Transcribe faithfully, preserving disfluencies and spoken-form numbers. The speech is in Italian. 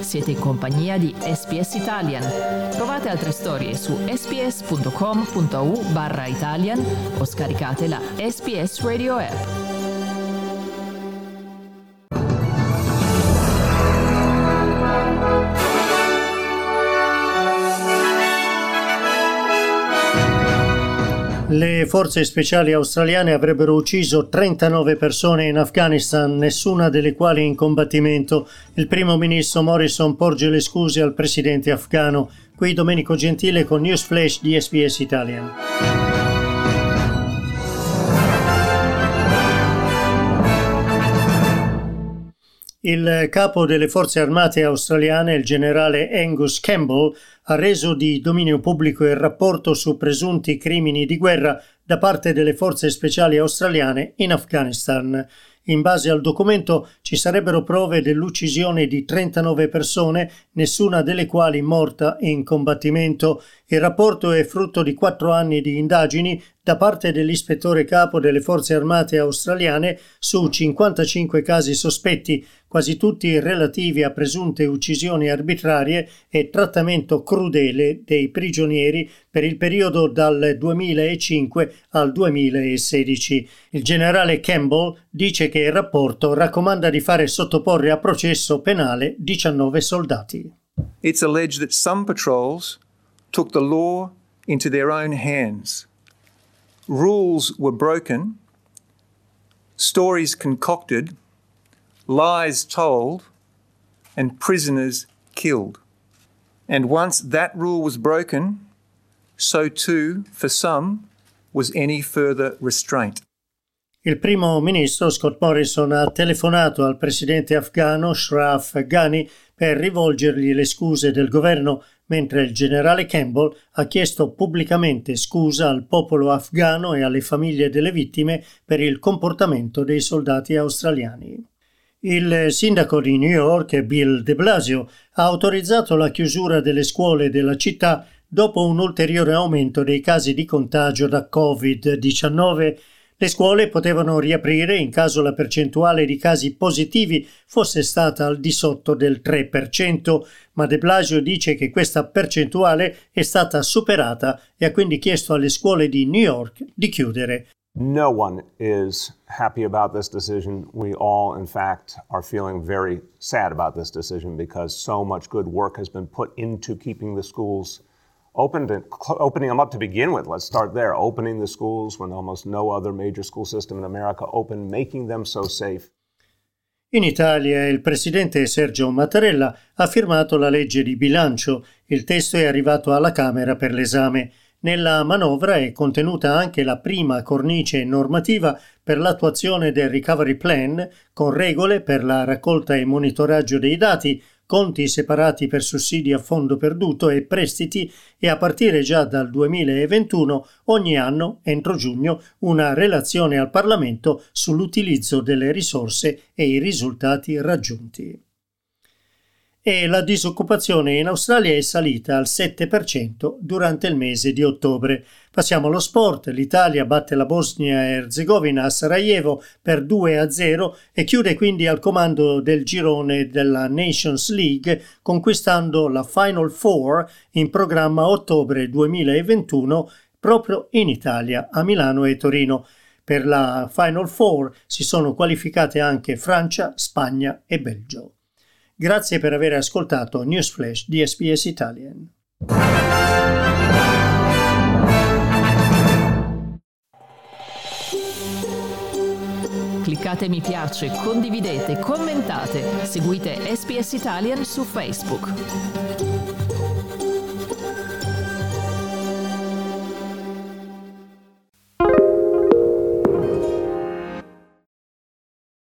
siete in compagnia di S B S Italian. Trovate altre storie su sbs.com.au barra Italian o scaricate la S B S Radio app. Le forze speciali australiane avrebbero ucciso trentanove persone in Afghanistan, nessuna delle quali in combattimento. Il primo ministro Morrison porge le scuse al presidente afghano. Qui Domenico Gentile con News Flash di S B S Italian. Il capo delle forze armate australiane, il generale Angus Campbell, ha reso di dominio pubblico il rapporto su presunti crimini di guerra da parte delle forze speciali australiane in Afghanistan. In base al documento ci sarebbero prove dell'uccisione di trentanove persone, nessuna delle quali morta in combattimento. Il rapporto è frutto di quattro anni di indagini da parte dell'ispettore capo delle forze armate australiane su cinquantacinque casi sospetti, quasi tutti relativi a presunte uccisioni arbitrarie e trattamento crudele dei prigionieri per il periodo dal duemilacinque al duemilasedici. Il generale Campbell dice che il rapporto raccomanda di fare sottoporre a processo penale diciannove soldati. It's alleged that some patrols took the law into their own hands. Rules were broken, stories concocted, lies told, and prisoners killed. And once that rule was broken, so too, for some, was any further restraint. Il primo ministro Scott Morrison ha telefonato al presidente afghano Ashraf Ghani per rivolgergli le scuse del governo, mentre il generale Campbell ha chiesto pubblicamente scusa al popolo afghano e alle famiglie delle vittime per il comportamento dei soldati australiani. Il sindaco di New York, Bill de Blasio, ha autorizzato la chiusura delle scuole della città dopo un ulteriore aumento dei casi di contagio da covid diciannove. Le scuole potevano riaprire in caso la percentuale di casi positivi fosse stata al di sotto del tre per cento, ma de Blasio dice che questa percentuale è stata superata e ha quindi chiesto alle scuole di New York di chiudere. No one is happy about this decision. We all, in fact, are feeling very sad about this decision because so much good work has been put into keeping the schools opened and opening them up to begin with. Let's start there. Opening the schools when almost no other major school system in America opened, making them so safe. In Italia il presidente Sergio Mattarella ha firmato la legge di bilancio. Il testo è arrivato alla Camera per l'esame. Nella manovra è contenuta anche la prima cornice normativa per l'attuazione del Recovery Plan, con regole per la raccolta e monitoraggio dei dati, conti separati per sussidi a fondo perduto e prestiti e a partire già dal duemilaventuno ogni anno, entro giugno, una relazione al Parlamento sull'utilizzo delle risorse e i risultati raggiunti. E la disoccupazione in Australia è salita al sette per cento durante il mese di ottobre. Passiamo allo sport. L'Italia batte la Bosnia e Erzegovina a Sarajevo per due a zero e chiude quindi al comando del girone della Nations League, conquistando la Final Four in programma a ottobre duemilaventuno proprio in Italia, a Milano e Torino. Per la Final Four si sono qualificate anche Francia, Spagna e Belgio. Grazie per aver ascoltato News Flash di S B S Italian. Cliccate mi piace, condividete, commentate, seguite S B S Italian su Facebook.